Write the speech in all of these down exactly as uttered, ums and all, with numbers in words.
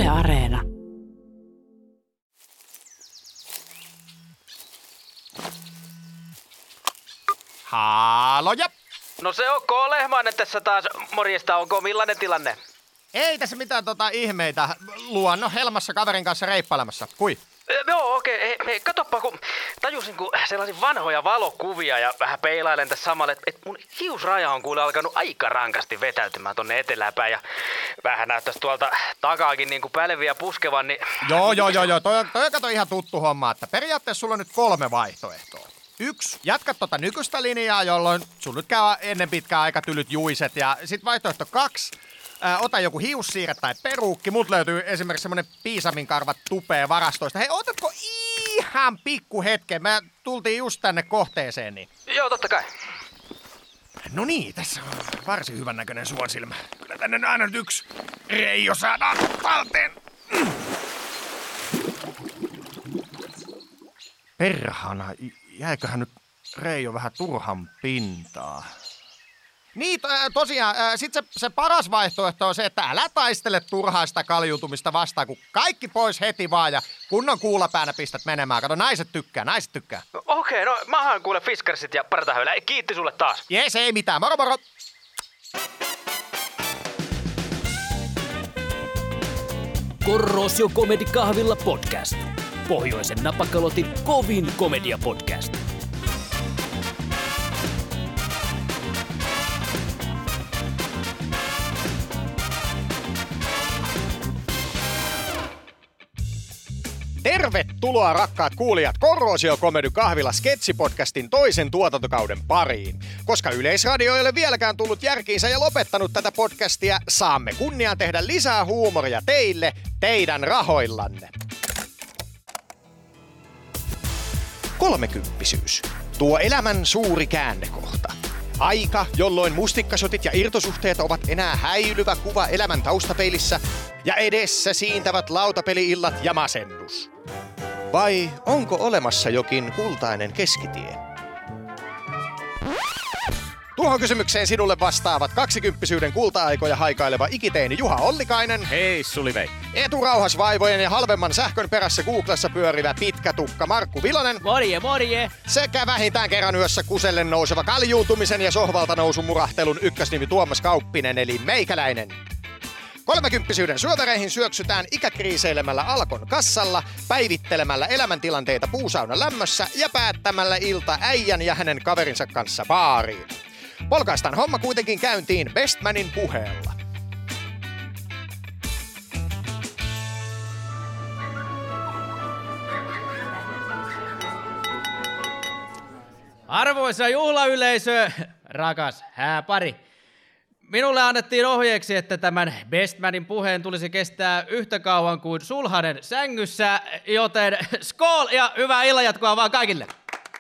Yle Areena. Haaloja! No se on K. Lehmainen tässä taas. Morjesta, onko millainen tilanne? Ei tässä mitään tota ihmeitä. Luonnon helmassa kaverin kanssa reippailemassa. Kui? E, joo, okei. Okay. Hei, hei, katoppa, kun tajusin kun sellaisia vanhoja valokuvia ja vähän peilailen tässä samalla, että et mun hiusraja on kuule alkanut aika rankasti vetäytymään tonne eteläpäin ja vähän näyttäisi tuolta takaakin niinku pälviä puskevan, niin... Joo, joo, joo, joo. Toi, toi kato ihan tuttu homma, että periaatteessa sulla on nyt kolme vaihtoehtoa. Yksi, jatkat tota nykyistä linjaa, jolloin sun nyt käy ennen pitkään aika tylyt juiset. Ja sit vaihtoehto kaksi, ää, ota joku hiussiirre tai peruukki. Mut löytyy esimerkiksi semmonen piisamin karvat tupee varastoista. Hei, otatko ihan pikku hetken? Me tultiin just tänne kohteeseen, niin... Joo, totta kai. No niin, tässä on varsin hyvän näköinen suonsilmä. Kyllä tänne aina nyt yksi reijo saadaan talteen. Perhana, jäiköhän nyt reijo vähän turhan pintaa? Niin, to, tosiaan, sit se, se paras vaihtoehto on se, että älä taistele turhaista kaljutumista vastaan, kun kaikki pois heti vaan ja kunnon kuulapäänä pistät menemään. Kato, naiset tykkää, naiset tykkää. No, okei, okay, no mähän kuule fiskarsit ja partahöylä. Kiitti sulle taas. Jees, ei mitään. Moro moro. Korrosio Comedy Kahvilla podcast. Pohjoisen napakalotin kovin komedia-podcast. Tervetuloa rakkaat kuulijat Korrosio Comedy Kahvilla sketsipodcastin toisen tuotantokauden pariin. Koska Yleisradio ei ole vieläkään tullut järkiinsä ja lopettanut tätä podcastia, saamme kunniaan tehdä lisää huumoria teille, teidän rahoillanne. Kolmekymppisyys. Tuo elämän suuri käännekohta. Aika, jolloin mustikkasotit ja irtosuhteet ovat enää häilyvä kuva elämän taustapeilissä ja edessä siintävät lautapeli-illat ja masennus. Vai onko olemassa jokin kultainen keskitie? Tuohon kysymykseen sinulle vastaavat kaksikymppisyyden kulta-aikoja haikaileva ikiteini Juha Ollikainen. Hei, Sulivei. Eturauhasvaivojen ja halvemman sähkön perässä Googlessa pyörivä pitkä tukka Markku Vilonen. Morje, morje. Sekä vähintään kerran yössä kusellen nouseva kaljuuntumisen ja sohvalta nousun murahtelun ykkösnimi Tuomas Kauppinen eli meikäläinen. Kolmekymppisyyden syövereihin syöksytään ikäkriiseilemällä Alkon kassalla, päivittelemällä elämäntilanteita puusaunan lämmössä ja päättämällä ilta äijän ja hänen kaverinsa kanssa baariin. Polkaistaan homma kuitenkin käyntiin Bestmanin puheella. Arvoisa juhlayleisö, rakas hääpari. Minulle annettiin ohjeeksi, että tämän Bestmanin puheen tulisi kestää yhtä kauan kuin sulhanen sängyssä, joten skål ja hyvää illanjatkoa vaan kaikille.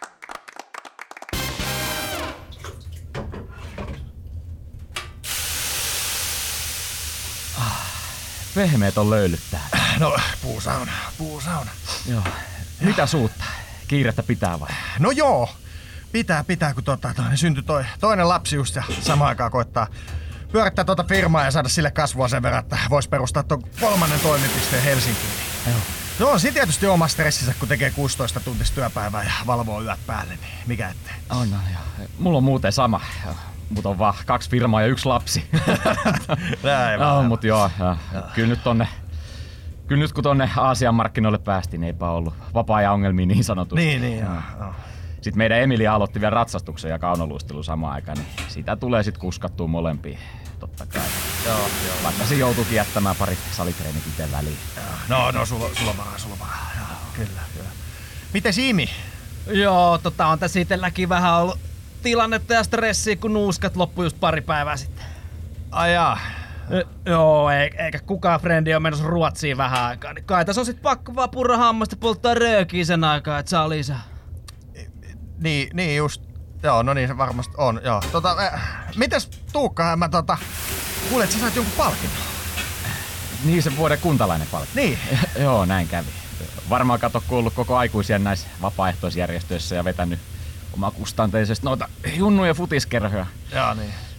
Pehmeet on löylyttää. No, puusauna, puusauna. Joo. Mitä suutta? Kiirettä pitää vai? No joo, pitää, pitää, kun tota, toinen syntyi toi, toinen lapsi just ja samaan aikaan koittaa pyörittää tuota firmaa ja saada sille kasvua sen verran, että vois perustaa tuon kolmannen toimipisteen Helsinkiin. Joo. No on sit tietysti oma stressinsä, kun tekee kuusitoista tuntista työpäivää ja valvoo yöt päälle, niin mikä ettei. On, on, joo. Mulla on muuten sama. Mut on vaan kaksi firmaa ja yksi lapsi. Näin no, mut joo, joo. Kyllä nyt tonne, kyllä nyt kun tonne Aasian markkinoille päästiin, niin eipä ollut vapaa-ajan ongelmia niin sanotusti. Niin, niin, joo. joo. Sitten meidän Emilia aloitti vielä ratsastuksen ja kaunoluistelun samaan aikaan, niin sitä tulee sit kuskattua molempiin, totta kai. Joo, joo. Vaikka se joutuukin jättämään pari salitreenit itse väliin. No, no, sulla, sulla on varaa, sulla on varaa. Joo, kyllä, kyllä. Mites Imi? Joo, tota on tässä itselläkin vähän ollut tilannetta ja stressiä, kun nuuskat loppui just pari päivää sitten. Ai jaa. E- joo, eikä kukaan frendi ole menossa Ruotsiin vähän aikaa, niin kai tässä on sit pakko vaan purra hammasta polttaa röökiä sen aikaa, et saa lisää. Niin, niin just. Joo, no niin se varmasti on, joo. Tota, äh, mites Tuukka, mä tota, kuulet, että sä sait jonkun palkinnon? Niin, se vuoden kuntalainen palkinto. Niin. Joo, näin kävi. Varmaan kato, kun ollut koko aikuisia näissä vapaaehtoisjärjestöissä ja vetänyt omakustanteisesti noita junnuja futiskerhoja. Joo, niin.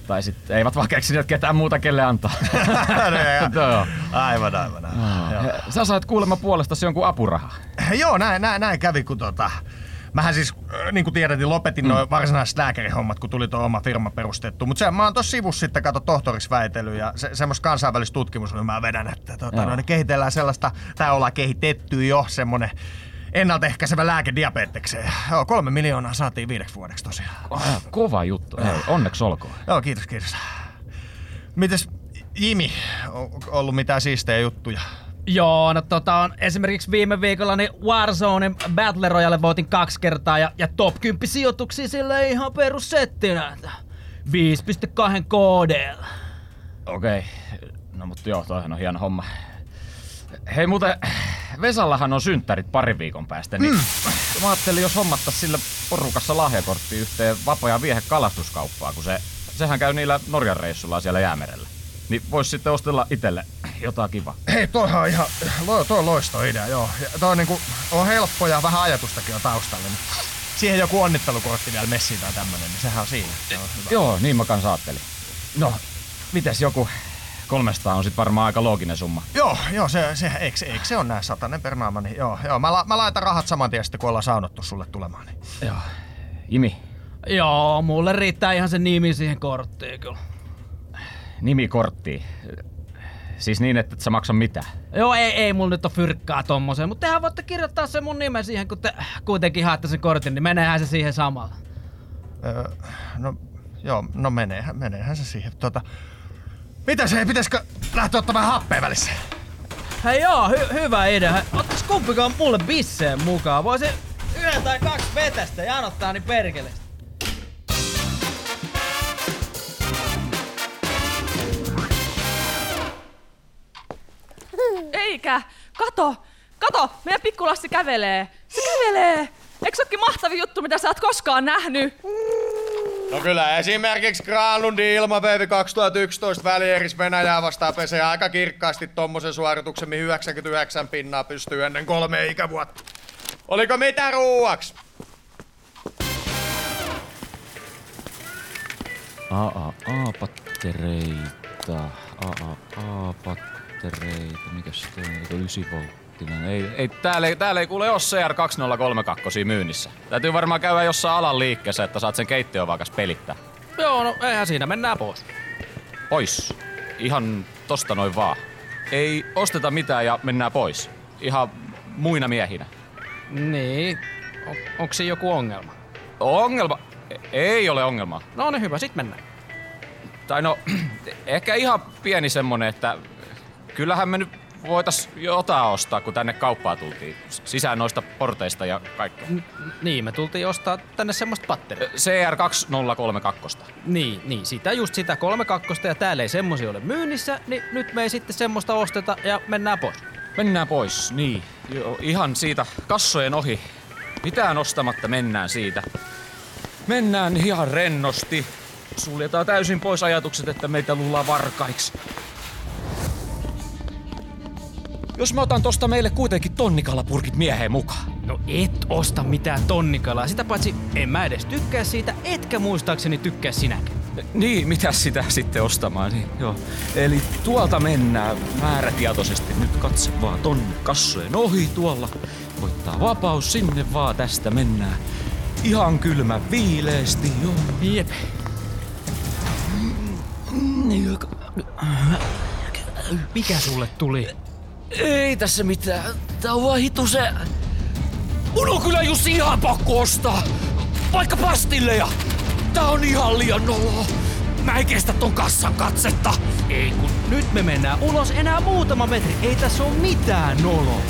Tai sitten eivät vaan keksineet ketään muuta kelle antaa. no, aivan, aivan. aivan. No. Sä sait kuulemma puolestasi jonkun apuraha. Joo, näin, näin, näin kävi, kun tota... Mähän siis, niin kuin tiedät, niin lopetin mm. noin varsinaiset lääkärihommat, kun tuli tuo oma firma perustettu. Mutta mä oon tossa sivussa sitten kato tohtorisväitely ja se, semmoista kansainvälistä tutkimusryhmää vedän, että tota, no, ne kehitellään sellaista, tää ollaan kehitetty jo, semmonen ennaltaehkäisevä lääke diabetekseen. Joo, kolme miljoonaa saatiin viideksi vuodeksi tosiaan. Ah, kova juttu. Hei, onneksi olkoon. Joo, kiitos, kiitos. Mites Jimi, on ollut mitään siistejä juttuja? Joo, no tota on esimerkiksi viime viikolla niin Warzonen Battle Royale voitin kaksi kertaa ja, ja top kymmenen sijoituksia sille ihan perussettinä. viisi pilkku kaksi koodella. Okei, no mutta joo, toihan on hieno homma. Hei muuten, Vesallahan on synttärit parin viikon päästä, niin mm. mä ajattelin, jos hommattais sille porukassa lahjakortti yhteen vapaa viehe kalastuskauppaa, kun se, sehän käy niillä Norjan reissulla siellä Jäämerellä. Niin vois sitten ostella itelle jotain kivaa. Hei, toihan on ihan, toi on loistava idea, joo. Ja toi on niinku, on helppo ja vähän ajatustakin on taustalla. Niin siihen joku onnittelukortti vielä messiin tai tämmönen, niin sehän on siinä. Se on hyvä. Joo, niin mä kans ajattelin. No, mites joku kolmesataa on sit varmaan aika looginen summa. Joo, joo, se, se, eikö, eikö se on nää satanen per naama, niin joo, joo. Mä, la, mä laitan rahat saman tien sitten, kun ollaan saunottu sulle tulemaan. Niin. Joo. Imi? Joo, mulle riittää ihan se nimi siihen korttiin kyllä. Nimi korttiin? Siis niin, että et sä maksa mitään? Joo, ei, ei mulla nyt on fyrkkaa tommoseen, mutta tehän voitte kirjoittaa sen mun nimen siihen, kun te kuitenkin haatte sen kortin, niin meneehän se siihen samalla. Öö, no, joo, no meneehän, meneehän se siihen. Tota, mitäs hei, pitäisikö lähteä ottamaan happea välissä? Hei joo, hy- hyvä idea. Ottais kumpikaan mulle bisseen mukaan? Voisin yhden tai kaksi vetästä ja anottaa niin perkeleesti. Eikä! Kato! Kato! Meidän pikkulassi kävelee! Se kävelee! Eikö se ookin mahtavin juttu, mitä sä oot koskaan nähnyt? No kyllä esimerkiksi Granlundin ilmaveivi kaksituhattayksitoista välieris Venäjää vastaan pesee aika kirkkaasti tommosen suorituksen, mihin yhdeksänkymmentäyhdeksän pinnaa pystyy ennen kolme ikävuotta. Oliko mitä ruuaks? Aa, A-pattereita. A-a-a-pattereita. Mikäs toi on? ysivolttinen. Ei, ei, täällä, ei, täällä ei kuule oo C R kaksituhattakolmekymmentäkaksi myynnissä. Täytyy varmaan käydä jossain alan liikkeessä, että saat sen keittiövaakas pelittää. Joo, no eihän siinä, mennään pois. Pois. Ihan tosta noin vaan. Ei osteta mitään ja mennään pois. Ihan muina miehinä. Niin, on, onko siinä joku ongelma? Ongelma? Ei ole ongelmaa. No niin hyvä, sit mennään. Tai no, ehkä ihan pieni semmonen, että kyllähän me nyt voitais jotain ostaa, kun tänne kauppaan tultiin. Sisään noista porteista ja kaikkea. N- niin, me tultiin ostaa tänne semmoista patteria. C R kaksituhattakolmekymmentäkaksi. Niin, niin, sitä just sitä kolmekymmentäkaksi ja täällä ei semmosia ole myynnissä, niin nyt me ei sitten semmoista osteta ja mennään pois. Mennään pois, niin. Joo, ihan siitä kassojen ohi. Mitään ostamatta mennään siitä. Mennään ihan rennosti. Suljetaan täysin pois ajatukset, että meitä luullaan varkaiksi. Jos mä otan tosta meille kuitenkin tonnikalapurkit mieheen mukaan. No et osta mitään tonnikalaa, sitä paitsi en mä edes tykkää siitä, etkä muistaakseni tykkää sinäkään. Niin, mitä sitä sitten ostamaan, niin joo. Eli tuolta mennään määrätietoisesti. Nyt katse vaan tonne kassojen ohi tuolla. Voittaa vapaus sinne vaan, tästä mennään. Ihan kylmä viileesti, joo. Jep. Mikä sulle tuli? Ei tässä mitään. Tää on vaan hituse. Mun on kyllä just ihan pakko ostaa. Vaikka pastilleja. Tää on ihan liian noloa. Mä en kestä ton kassan katsetta. Ei kun nyt me mennään ulos enää muutama metri. Ei tässä oo mitään noloa.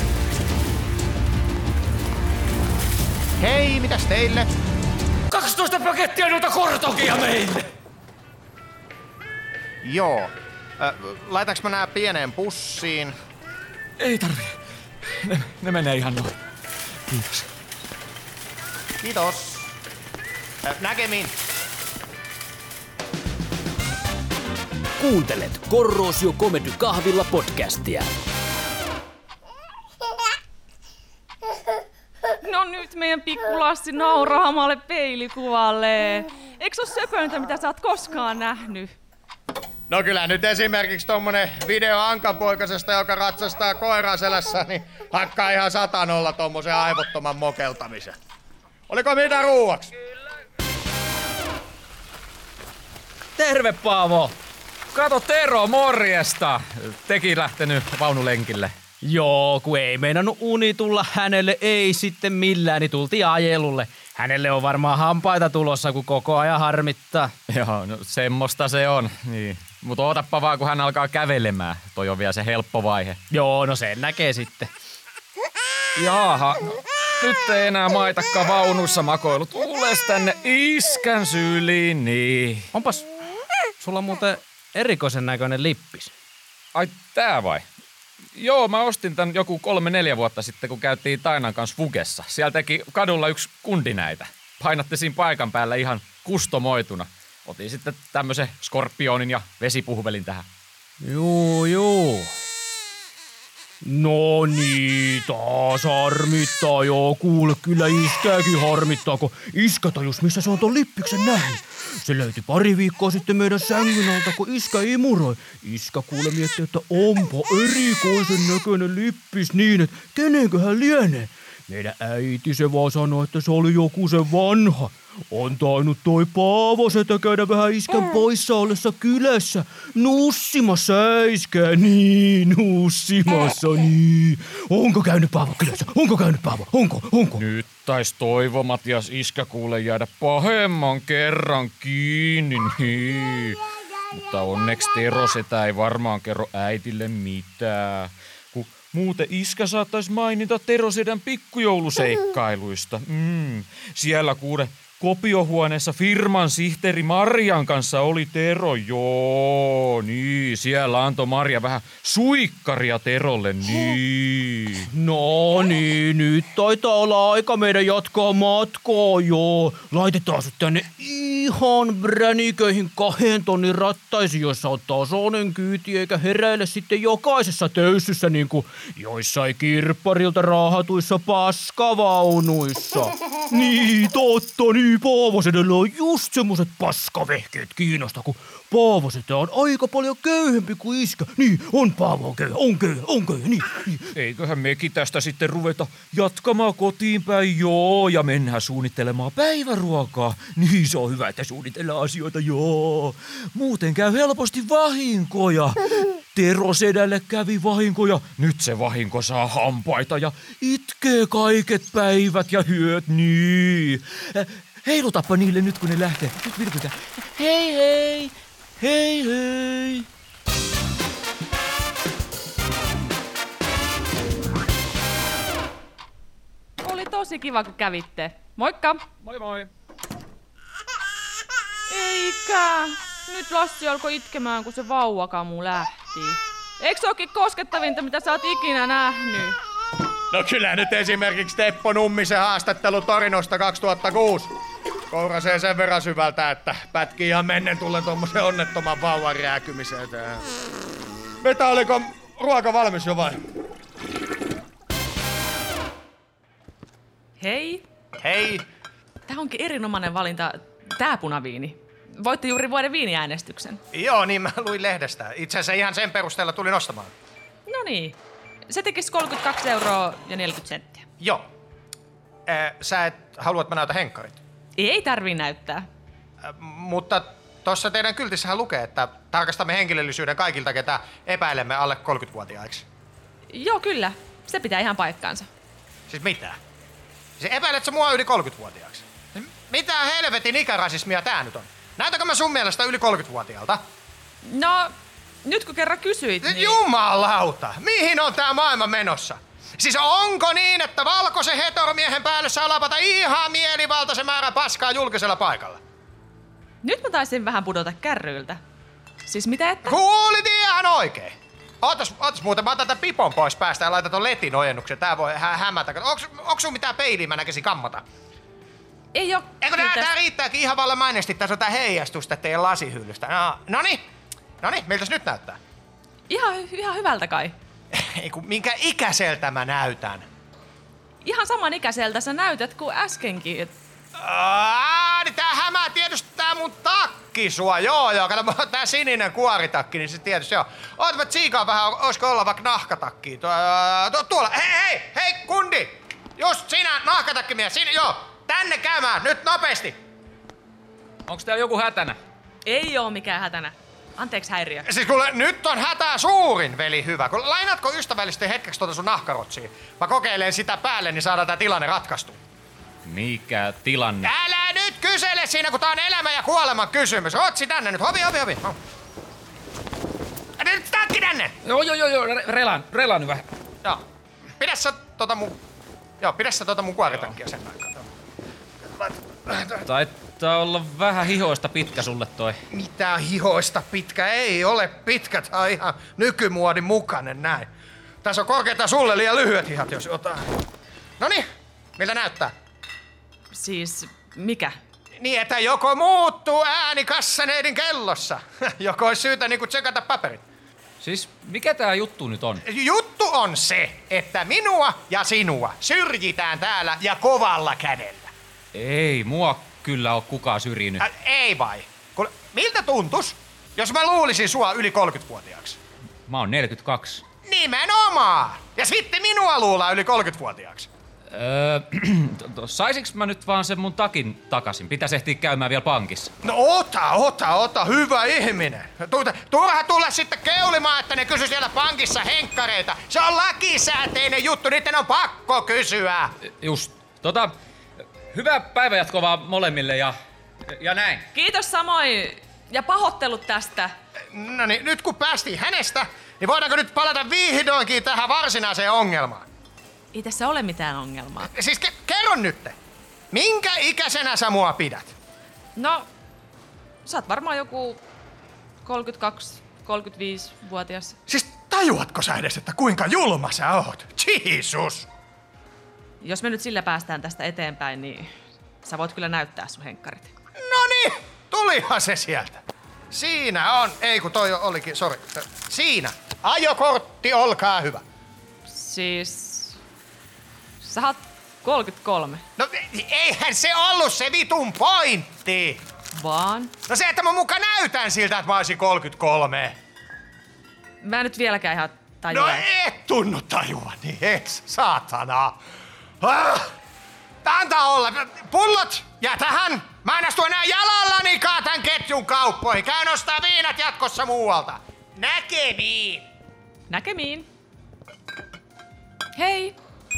Hei, mitäs teille? kaksitoista pakettia noita kortokia meille! Joo. Äh, laitaks mä nää pieneen pussiin? Ei tarvii. Ne, ne menee ihan noin. Kiitos. Kiitos. Äh, näkemiin. Kuuntelet Corrosio Comedy kahvilla podcastia. No nyt meidän pikkulassi nauraa omalle peilikuvalle. Eikö se ole söpöintä, mitä sä oot koskaan nähnyt? No kyllä nyt esimerkiksi tommonen video Ankapoikasesta, joka ratsastaa koiraa selässä, niin hakkaa ihan satanolla tommosen aivottoman mokeltamisen. Oliko mitä ruuaksi? Terve, Paavo! Kato Tero, morjesta! Teki lähtenyt vaunulenkille. Joo, kun ei meinannut uni tulla hänelle, ei sitten millään, niin tultiin ajelulle. Hänelle on varmaan hampaita tulossa, kun koko ajan harmittaa. Joo, no semmoista se on. Niin. Mutta ootappa vaan, kun hän alkaa kävelemään. Toi on vielä se helppo vaihe. Joo, no sen näkee sitten. Jaaha, no, nyt ei enää maitakaan vaunussa makoilu. Tules tänne iskän syliin, niin. Onpas sulla muuten erikoisen näköinen lippis. Ai tää vai? Joo, mä ostin tän joku kolme neljä vuotta sitten, kun käytiin Tainan kanssa Fugessa. Siellä teki kadulla yksi kundi näitä. Painatte siinä paikan päällä ihan kustomoituna. Otin sitten tämmösen skorpionin ja vesipuhvelin tähän. Juu, juu. No niin, taas harmittaa, joo, kuule, kyllä iskääkin harmittaa, kun iskä tajus, missä se on ton lippiksen nähnyt. Se löytyi pari viikkoa sitten meidän sängyn alta, kun iskä imuroi. Iskä kuule mietti, että onpa erikoisen näköinen lippis niin, että kenenköhän lienee. Meidän äiti se vaan sanoi, että se oli joku se vanha. On tainnut toi Paavo setä käydä vähän iskän poissa ollessa kylässä. Nussimassa äiskää, niin, nussimassa, niin. Onko käynyt Paavo kylässä? Onko käynyt Paavo? Onko? Onko? Nyt tais toivo, Matias, iskä kuule jäädä pahemman kerran kiinni, niin. Mutta onneksi Tero setä ei varmaan kerro äitille mitään. Kun muuten iskä saattais mainita Tero sedän pikkujouluseikkailuista. Mm. Siellä kuule kopiohuoneessa firman sihteeri Marjan kanssa oli Tero, joo, niin, siellä antoi Marja vähän suikkaria Terolle, niin. No niin, nyt taitaa olla aika meidän jatkaa matkaa, joo. Laitetaan sut tänne ihan bräniköihin kahden tonnin rattaisiin, joissa on tasoinen kyyti, eikä heräile sitten jokaisessa töyssyssä niin kuin joissain kirpparilta raahatuissa paskavaunuissa. Niin, totta, niin. Paavosedellä on just semmoset paskavehkeet Kiinasta, kun Paavosetä on aika paljon köyhempi kuin iskä. Niin, on Paavo on köyhä, on köyhä, on köyhä, niin, niin. Eiköhän mekin tästä sitten ruveta jatkamaan kotiin päin, joo, ja mennään suunnittelemaan päiväruokaa. Niin, se on hyvä, että suunnitellaan asioita, joo. Muuten käy helposti vahinkoja. Tero sedälle kävi vahinkoja, nyt se vahinko saa hampaita ja itkee kaiket päivät ja hyöt, niin. Heilutappa niille nyt, kun ne lähtee. Nyt vilkutaan. Hei hei! Hei hei! Oli tosi kiva, kun kävitte. Moikka! Moi moi! Eikä! Nyt Lassi alkoi itkemään, kun se vauvakamu lähti. Eikö se ookin koskettavinta, mitä sä oot ikinä nähnyt? No kyllä nyt esimerkiksi Teppo Nummisen haastattelu Torinosta kaksituhattakuusi. Kourasee sen verran syvältä, että pätkii ihan mennen tullen tommosen onnettoman vauvan rääkymiseen tähän. Mitä, oliko ruoka valmis jo vai? Hei! Hei! Tää onkin erinomainen valinta, tää punaviini. Voitte juuri vuoden viiniäänestyksen. Joo, niin mä luin lehdestä. Itse asiassa ihan sen perusteella tulin ostamaan. No niin. Se tekisi kolmekymmentäkaksi euroa ja neljäkymmentä senttiä. Joo. Äh, sä et halua, että mä näytän henkkarit. Ei tarvii näyttää. Äh, mutta tossa teidän kyltissähän lukee, että tarkastamme henkilöllisyyden kaikilta, ketä epäilemme alle kolmekymmentävuotiaiksi. Joo, kyllä. Se pitää ihan paikkaansa. Siis mitä? Siis epäilet sä mua yli kolmekymmentävuotiaaksi? Mitä helvetin ikärasismia tää nyt on? Näytäkö mä sun mielestä yli kolmekymmentävuotiaalta? No, nyt kun kerran kysyit, niin... Jumalauta! Mihin on tää maailma menossa? Siis onko niin, että valkoisen heteromiehen päälle saa lapata ihan mielivaltaisen määrän paskaa julkisella paikalla? Nyt mä taisin vähän pudota kärryiltä. Siis mitä että? Kuulit ihan oikein! Ootas, ootas muuten, mä otan tän pipon pois päästä ja laitan ton letin ojennuksen. Tää voi hä- hämätä. Onks, onks sun mitään peiliä mä näkisin kammata? Ei oo. Eikö tää, tää riittääkin ihan vallan mainesti, tässä on tää heijastusta teidän lasihyllystä. No, noni, noni, miltäs nyt näyttää? Ihan, ihan hyvältä kai. Ei kun minkä ikäiseltä mä näytän? Ihan saman ikäiseltä sä näytät kuin äskenkin. Aa, niin tää hämää tietysti tää mun takki sua, joo joo. Kato, tää sininen kuoritakki, niin se tietysti joo. Oota mä tsiikaan vähän, oisko olla vaikka nahkatakki. Tuo, tuo, tuolla, hei hei, hei kundi! Just sinä, nahkatakkimies, sinä, joo. Tänne käymään, nyt nopeasti. Onks täällä joku hätänä? Ei oo mikään hätänä. Anteeksi häiriö. Siis kuule, nyt on hätää suurin, veli hyvä. Kun lainaatko ystävällisesti hetkeksi tuota sun nahkarotsia? Mä kokeilen sitä päälle, niin saadaan tää tilanne ratkaistu. Mikä tilanne? Älä nyt kysele siinä, kun tää on elämän ja kuoleman kysymys. Rotsi tänne nyt, hovi, hovi, hovi. Nyt takki tänne! Joo, joo, joo, joo. Relan, relan vähän. Joo. Pidä sä tota mun... Joo, pidä sä tota mun kuoritakkia sen aikaa. Taitaa olla vähän hihoista pitkä sulle toi. Mitä hihoista pitkä? Ei ole pitkä. Tää on ihan nykymuodin mukainen näin. Tässä on korkeita sulle liian lyhyet hihat, jos jotain. Noniin, miltä näyttää? Siis mikä? Niin, että joko muuttuu ääni kassaneidin kellossa. Joko olisi syytä niinku tsekata paperit. Siis mikä tää juttu nyt on? Juttu on se, että minua ja sinua syrjitään täällä ja kovalla kädellä. Ei, mua kyllä oo kukaan syrjinyt. Ä, ei vai? Kuule, miltä tuntus, jos mä luulisin sua yli kolmekymmentävuotiaaksi? Mä oon neljäkymmentäkaksi. Nimenomaan! Ja sitten minua luullaan yli kolmekymmentävuotiaaksi. Öö, saisinks mä nyt vaan sen mun takin takasin? Pitäis ehtiä käymään vielä pankissa. No ota, ota, ota, hyvä ihminen. Tuota, turha tulla sitten keulimaan, että ne kysy siellä pankissa henkkareita. Se on lakisääteinen juttu, niiden on pakko kysyä. Just. Tota, hyvää päivänjatkoa vaan molemmille ja, ja näin. Kiitos samoin ja pahoittelut tästä. No niin, nyt kun päästiin hänestä, niin voidaanko nyt palata vihdoinkin tähän varsinaiseen ongelmaan? Ei tässä ole mitään ongelmaa. Siis ke- kerro nyt, minkä ikäisenä sä mua pidät? No, sä oot varmaan joku kolmekymmentäkaksi kolmekymmentäviisi-vuotias. Siis tajuatko sä edes, että kuinka julma sä oot? Jeesus! Jos me nyt sillä päästään tästä eteenpäin, niin sä voit kyllä näyttää sun henkkarit. Noniin, tulihan se sieltä. Siinä on, ei kun toi olikin, sori. Siinä, ajokortti, olkaa hyvä. Siis... Sä oot kolmekymmentäkolme. No eihän se ollut se vitun pointti. Vaan? No se, että mä muka näytän siltä, että mä olisin kolmekymmentäkolme. Mä en nyt vieläkään ihan tajua. No et tunnu tajua, niin et, saatana. Ah, antaa olla. Pullot, ja tähän. Mä en astu enää jalallanikaan tän ketjun kauppoihin. Käyn ostaa viinat jatkossa muualta. Näkemiin. Näkemiin. Hei.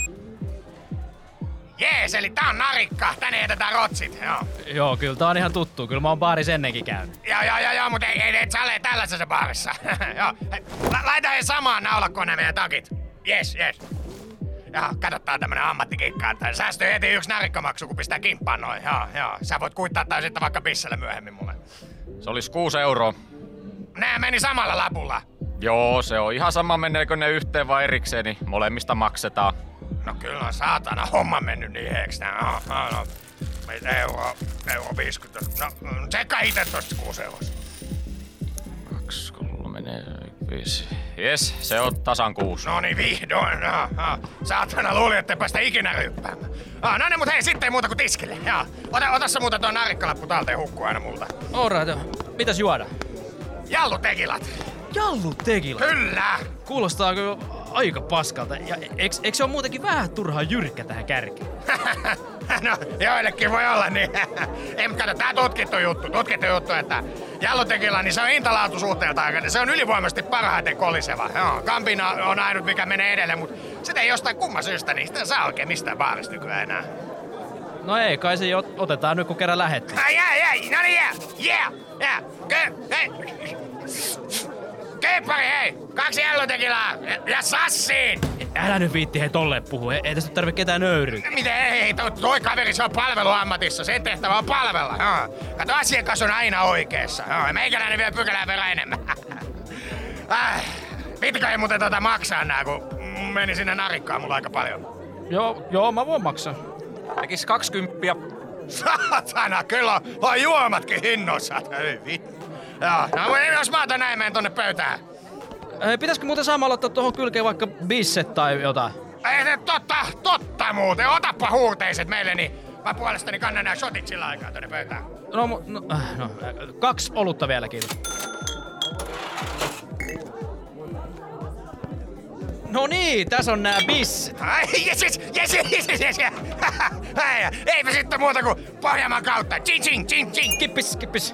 Jees, eli tää on narikka. Tänne jätetään rotsit, joo. Joo, kyllä tää on ihan tuttu. Kyllä mä oon baarissa ennenkin käynyt. Joo, joo, joo, joo, mutta ei, ei, et sä ole tällaisessa baarissa. Joo, hei, la, laita he samaan naulakkoon meidän takit. Jes, jes. Joo, kato, tää on tämmönen ammattikikka, että säästyy heti yksi narikkamaksu, kun pistää kimppaan noin. Joo, joo, sä voit kuittaa tää sitten vaikka pisselle myöhemmin mulle. Se olisi kuusi euroa. Nää meni samalla lapulla. Joo, se on ihan sama meneekö ne yhteen vai erikseen, niin molemmista maksetaan. No kyllä on saatana homma mennyt niin heeksi. No, no, no. Euro, euro viisikymmentä. No, tsekka ite tosta kuusi euroa. Kaksi, kolme, neljä, viisi. Jes, se on tasan kuusi. No niin, vihdoin. No, no. Saatana luuli, ettei päästä ikinä ryppäämään. No, no niin, mut hei, sitten ei muuta kuin tiskille. Joo. Ota, ota sä muuta tuo narikkalappu täältä ja hukkuu aina multa. Alright, joo. Mitäs juoda? Jallutekilat. Jallu tekila. Kyllä. Kuulostaa kyllä aika paskalta. Ja eks, eks se on muutenkin vähän turhaa jyrkkä tähän kärkeen? No, joillekin voi olla niin. Ei, mutta kato, tää on tutkittu juttu. Tutkittu juttu, että jallutekila, niin se on hintalaatusuhteelta aika. Se on ylivoimaisesti parhaiten koliseva. Joo, Campina on ainut, mikä menee edelle, mutta sitä ei jostain kumman syystä, niin sitä saa oikein mistään baarista nykyään enää. No ei, kai se ot- otetaan nyt kun kerran lähettiin. Ai, jää, jää, no niin, jää, jää, jää. Kö, hei. Keippari, hei! Kaksi jallutekilaa! Ja, ja sassiin! Älä nyt viitti hei tolleen puhu, ei, ei tästä nyt tarvitse ketään nöyryä. Miten ei? Toi, toi kaveri, se on palveluammatissa. Sen tehtävä on palvella. Joo. Kato, asiakas on aina oikeassa. Joo. Meikäläinen vielä pykälää verran enemmän. Äh, pitikö ei muuten tota maksaa nää, kun meni sinne narikkaan mulla aika paljon. Joo, joo, mä voin maksaa. Tekis kaksikymppiä. Saatana, kyllä on, on juomatkin hinnoissa. Ei vittu. Joo, no jos mä otan näin, menen tonne pöytään. Ei, pitäisikö muuten samalla ottaa tuohon kylkeen vaikka bisset tai jotain? Ei se totta, totta muuten. Otappa huurteiset meille, niin Mä puolestani kannan nää shotit sillä aikaa tonne pöytään. No, no, no, no kaksi olutta vielä, kiitos. No niin, tässä on nää bisset. Ai, jes, jes, jes, jes, jes, jes. Eipä sitten muuta kuin Pohjanmaan kautta. Ching, ching, ching, ching. Kippis, kippis.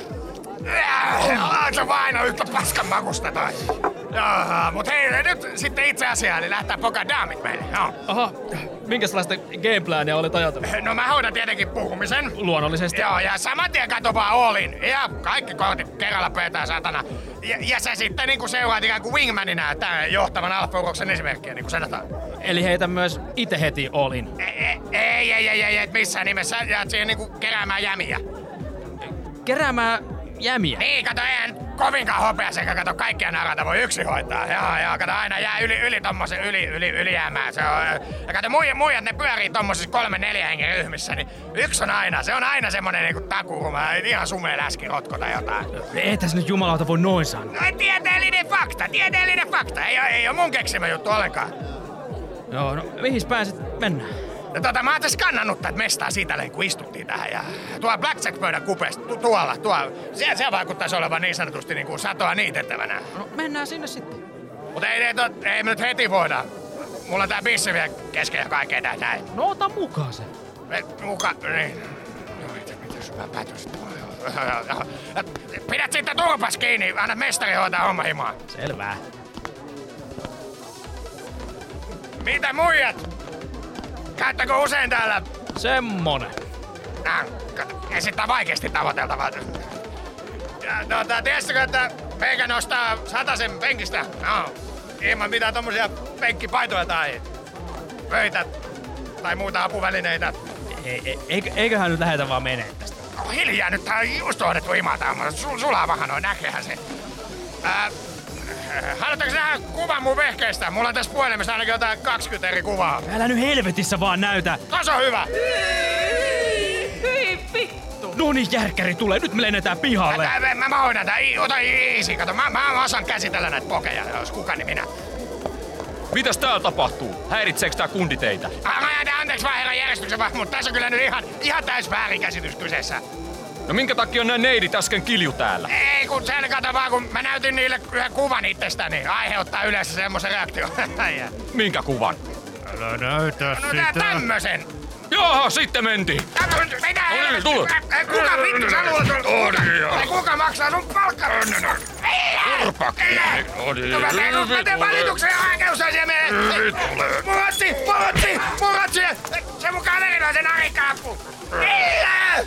On se vain on yhtä paskan makusta toi. Joo, mut hei, nyt sitten itse asiaan, eli lähtää pokaan daamit meille. No. Aha, minkälaista gameplania olet ajatellut? No mä hoidan tietenkin puhumisen. Luonnollisesti. Joo, ja saman tien kato vaan Allin. Ja kaikki kortit kerralla pöytään, satana. Ja, ja sä sitten niinku seuraat ikään kuin wingmanina tämän johtavan alfa-uroksen esimerkkiä, niin kuin sanotaan. Eli heitä myös itse heti Allin. Ei, ei, ei, ei, ei, ei missään nimessä. Jäät siihen niinku keräämään jämiä. Keräämään jämiä? Niin, kato, eihän kovinkaan hopea sekä kato kaikkia narata voi yksi hoitaa. Joo, joo, kato aina jää yli, yli tommosen yli, yli, ylijäämään. Se on, ja kato muijat, muijat ne pyörii tommosissa kolme neljä hengen ryhmissä, niin yksi on aina, se on aina semmonen niinku takuuma, ihan sumea läski rotko tai jotain. Ei tässä nyt jumalauta voi noin sanoa. No tieteellinen fakta, tieteellinen fakta, ei oo, ei oo mun keksimä juttu ollenkaan. Joo, no mihin pääsit mennään? No tota, mä oon tässä skannannut tätä mestaa siitä lähin, kun istuttiin tähän. Ja tuolla Blackjack-pöydän kupeessa, tu- tuolla, tuolla. Se, se vaikuttaisi olevan niin sanotusti niin kuin satoa niitettävänä. No mennään sinne sitten. Mutta ei, ei, tot, ei me nyt heti voida. Mulla on tää bissi vielä kesken ja kaikkea tää näin. No ota mukaan se. Me, muka, niin. No mitä, mitä sun mä päätöstä? Pidät sitten turpas kiinni, anna mestari hoitaa homma himaa. Selvä. Mitä muijat? Käyttäkö usein täällä? Semmonen. Äh, kato, esittää vaikeasti tavoiteltavaa. Ja tuota, tiesitkö, että meikä nostaa satasen penkistä? No, ilman mitään tommosia penkkipaitoja tai pöitä tai muuta apuvälineitä. Ei, ei, eikö, eiköhän nyt lähetä vaan menee tästä. Oh, hiljaa, nyt tää on just ohdettu imata. Sul, sulavahan noin, näkehän se. Äh, haluatteko nähdä kuvan mun vehkeistä? Mulla on tässä puhelimessa ainakin jotain kaksikymmentä eri kuvaa. Älä nyt helvetissä vaan näytä. Tos on hyvä. Hyi vittu. No niin, järkkäri tulee. Nyt me lennetään pihalle. Mä, mä, mä hoidan tää. Ota easy. Kato, mä, mä osaan käsitellä näitä pokeja. Jos kuka, niin minä. Mitäs täällä tapahtuu? Häiritseekö tää kundi teitä? Ah, mä jätän anteeksi vaan herran järjestyksen vaan, mutta tässä on kyllä nyt ihan, ihan täys väärinkäsitys kyseessä. No minkä takia nää neidit äsken kilju täällä? Ei kun sen kato vaan, kun mä näytin niille yhden kuvan itsestäni, niin aiheuttaa yleensä semmosen reaktio. Minkä kuvan? Älä näytä No tää tämmösen. Joo, sitten mentiin. Mitä No niin, helvetti? tule. Kuka vittu sä luulet? Kuka, kuka maksaa sun palkkaa? Turpa kiinni. No mä teen, mä teen valituksen oikeusasiamiehen. Murotsi, murotsi, murotsi. Se mukaan erinoisen arikaappu. Millä?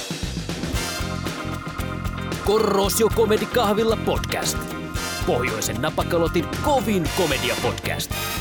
Korrosio Comedy Kahvilla podcast. Pohjoisen napakalotin kovin komedia podcast.